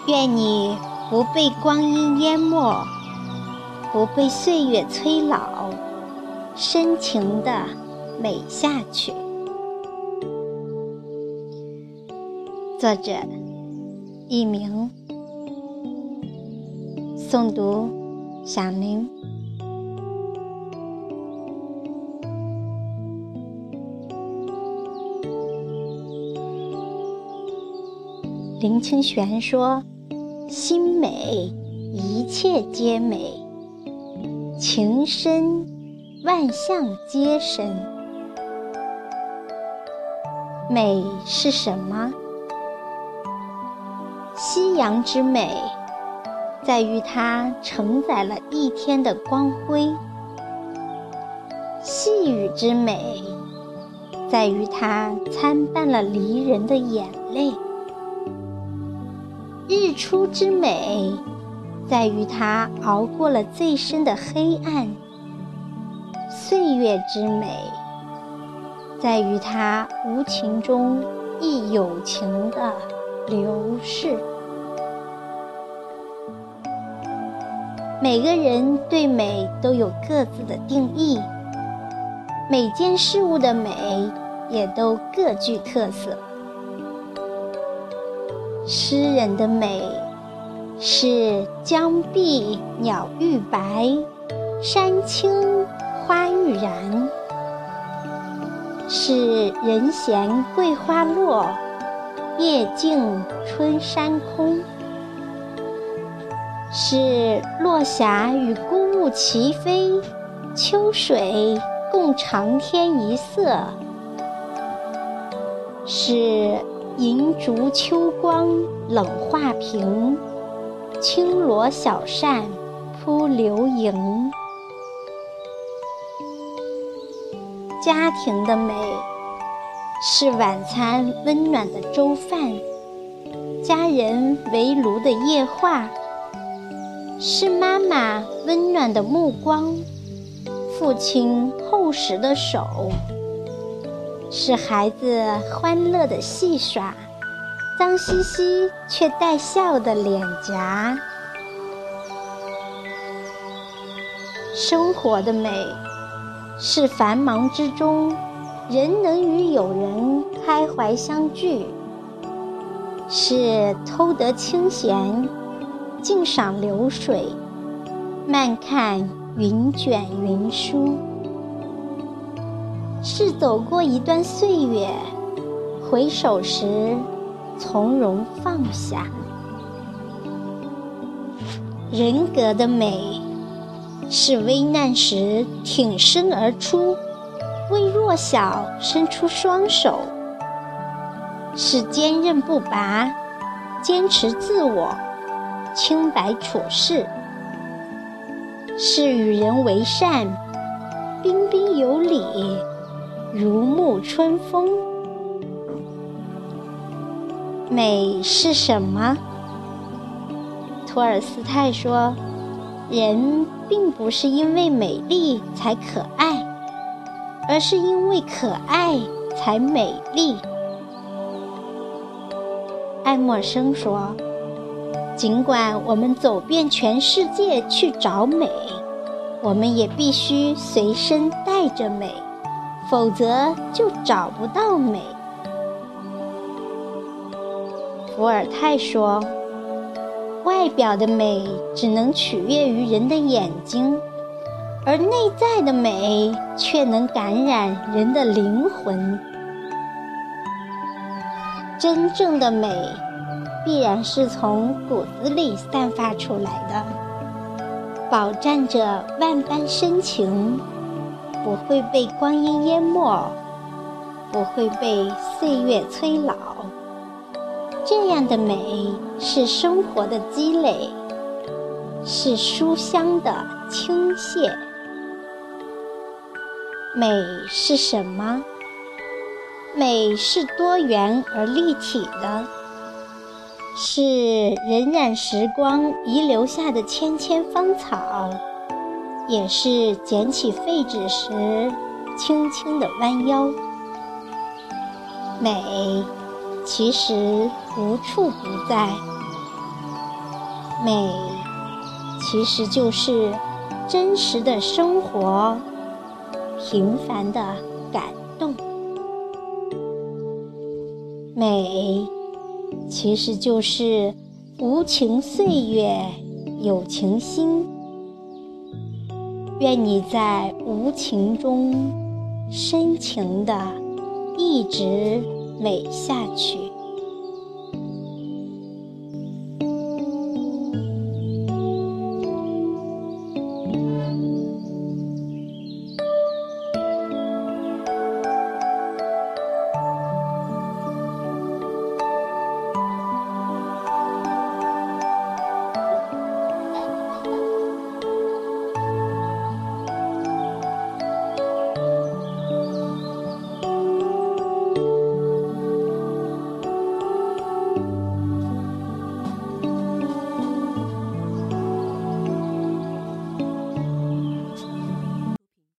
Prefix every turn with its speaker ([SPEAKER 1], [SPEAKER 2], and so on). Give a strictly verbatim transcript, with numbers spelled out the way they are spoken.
[SPEAKER 1] 愿你不被光阴淹没，不被岁月催老，深情地美下去。作者佚名，诵读响铃。林清玄说，心美，一切皆美，情深，万象皆深。美是什么？夕阳之美，在于它承载了一天的光辉；细雨之美，在于它参半了离人的眼泪；日出之美，在于它熬过了最深的黑暗；岁月之美，在于它无情中亦有情的流逝。每个人对美都有各自的定义，每件事物的美也都各具特色。诗人的美是江碧鸟欲白，山青花欲燃，是人闲桂花落，夜静春山空，是落霞与孤鹜齐飞，秋水共长天一色，是银烛秋光冷画屏，轻罗小扇扑流萤。家庭的美是晚餐温暖的粥饭，家人围炉的夜话，是妈妈温暖的目光，父亲厚实的手，是孩子欢乐的戏耍，脏兮兮却带笑的脸颊。生活的美是繁忙之中人能与友人开怀相聚，是偷得清闲，静赏流水，慢看云卷云舒，是走过一段岁月，回首时从容放下。人格的美是危难时挺身而出，为弱小伸出双手，是坚韧不拔，坚持自我，清白处事，是与人为善，彬彬有礼，如沐春风。美是什么？托尔斯泰说，人并不是因为美丽才可爱，而是因为可爱才美丽。爱默生说，尽管我们走遍全世界去找美，我们也必须随身带着美，否则就找不到美。伏尔泰说，外表的美只能取悦于人的眼睛，而内在的美却能感染人的灵魂。真正的美必然是从骨子里散发出来的，饱蘸着万般深情，不会被光阴淹没，不会被岁月催老。这样的美是生活的积累，是书香的倾泻。美是什么？美是多元而立体的，是荏苒时光遗留下的纤纤芳草，也是捡起废纸时轻轻地弯腰。美其实无处不在， 美其实就是真实的生活，平凡的感动。美其实就是无情岁月有情心。愿你在无情中深情地一直美下去。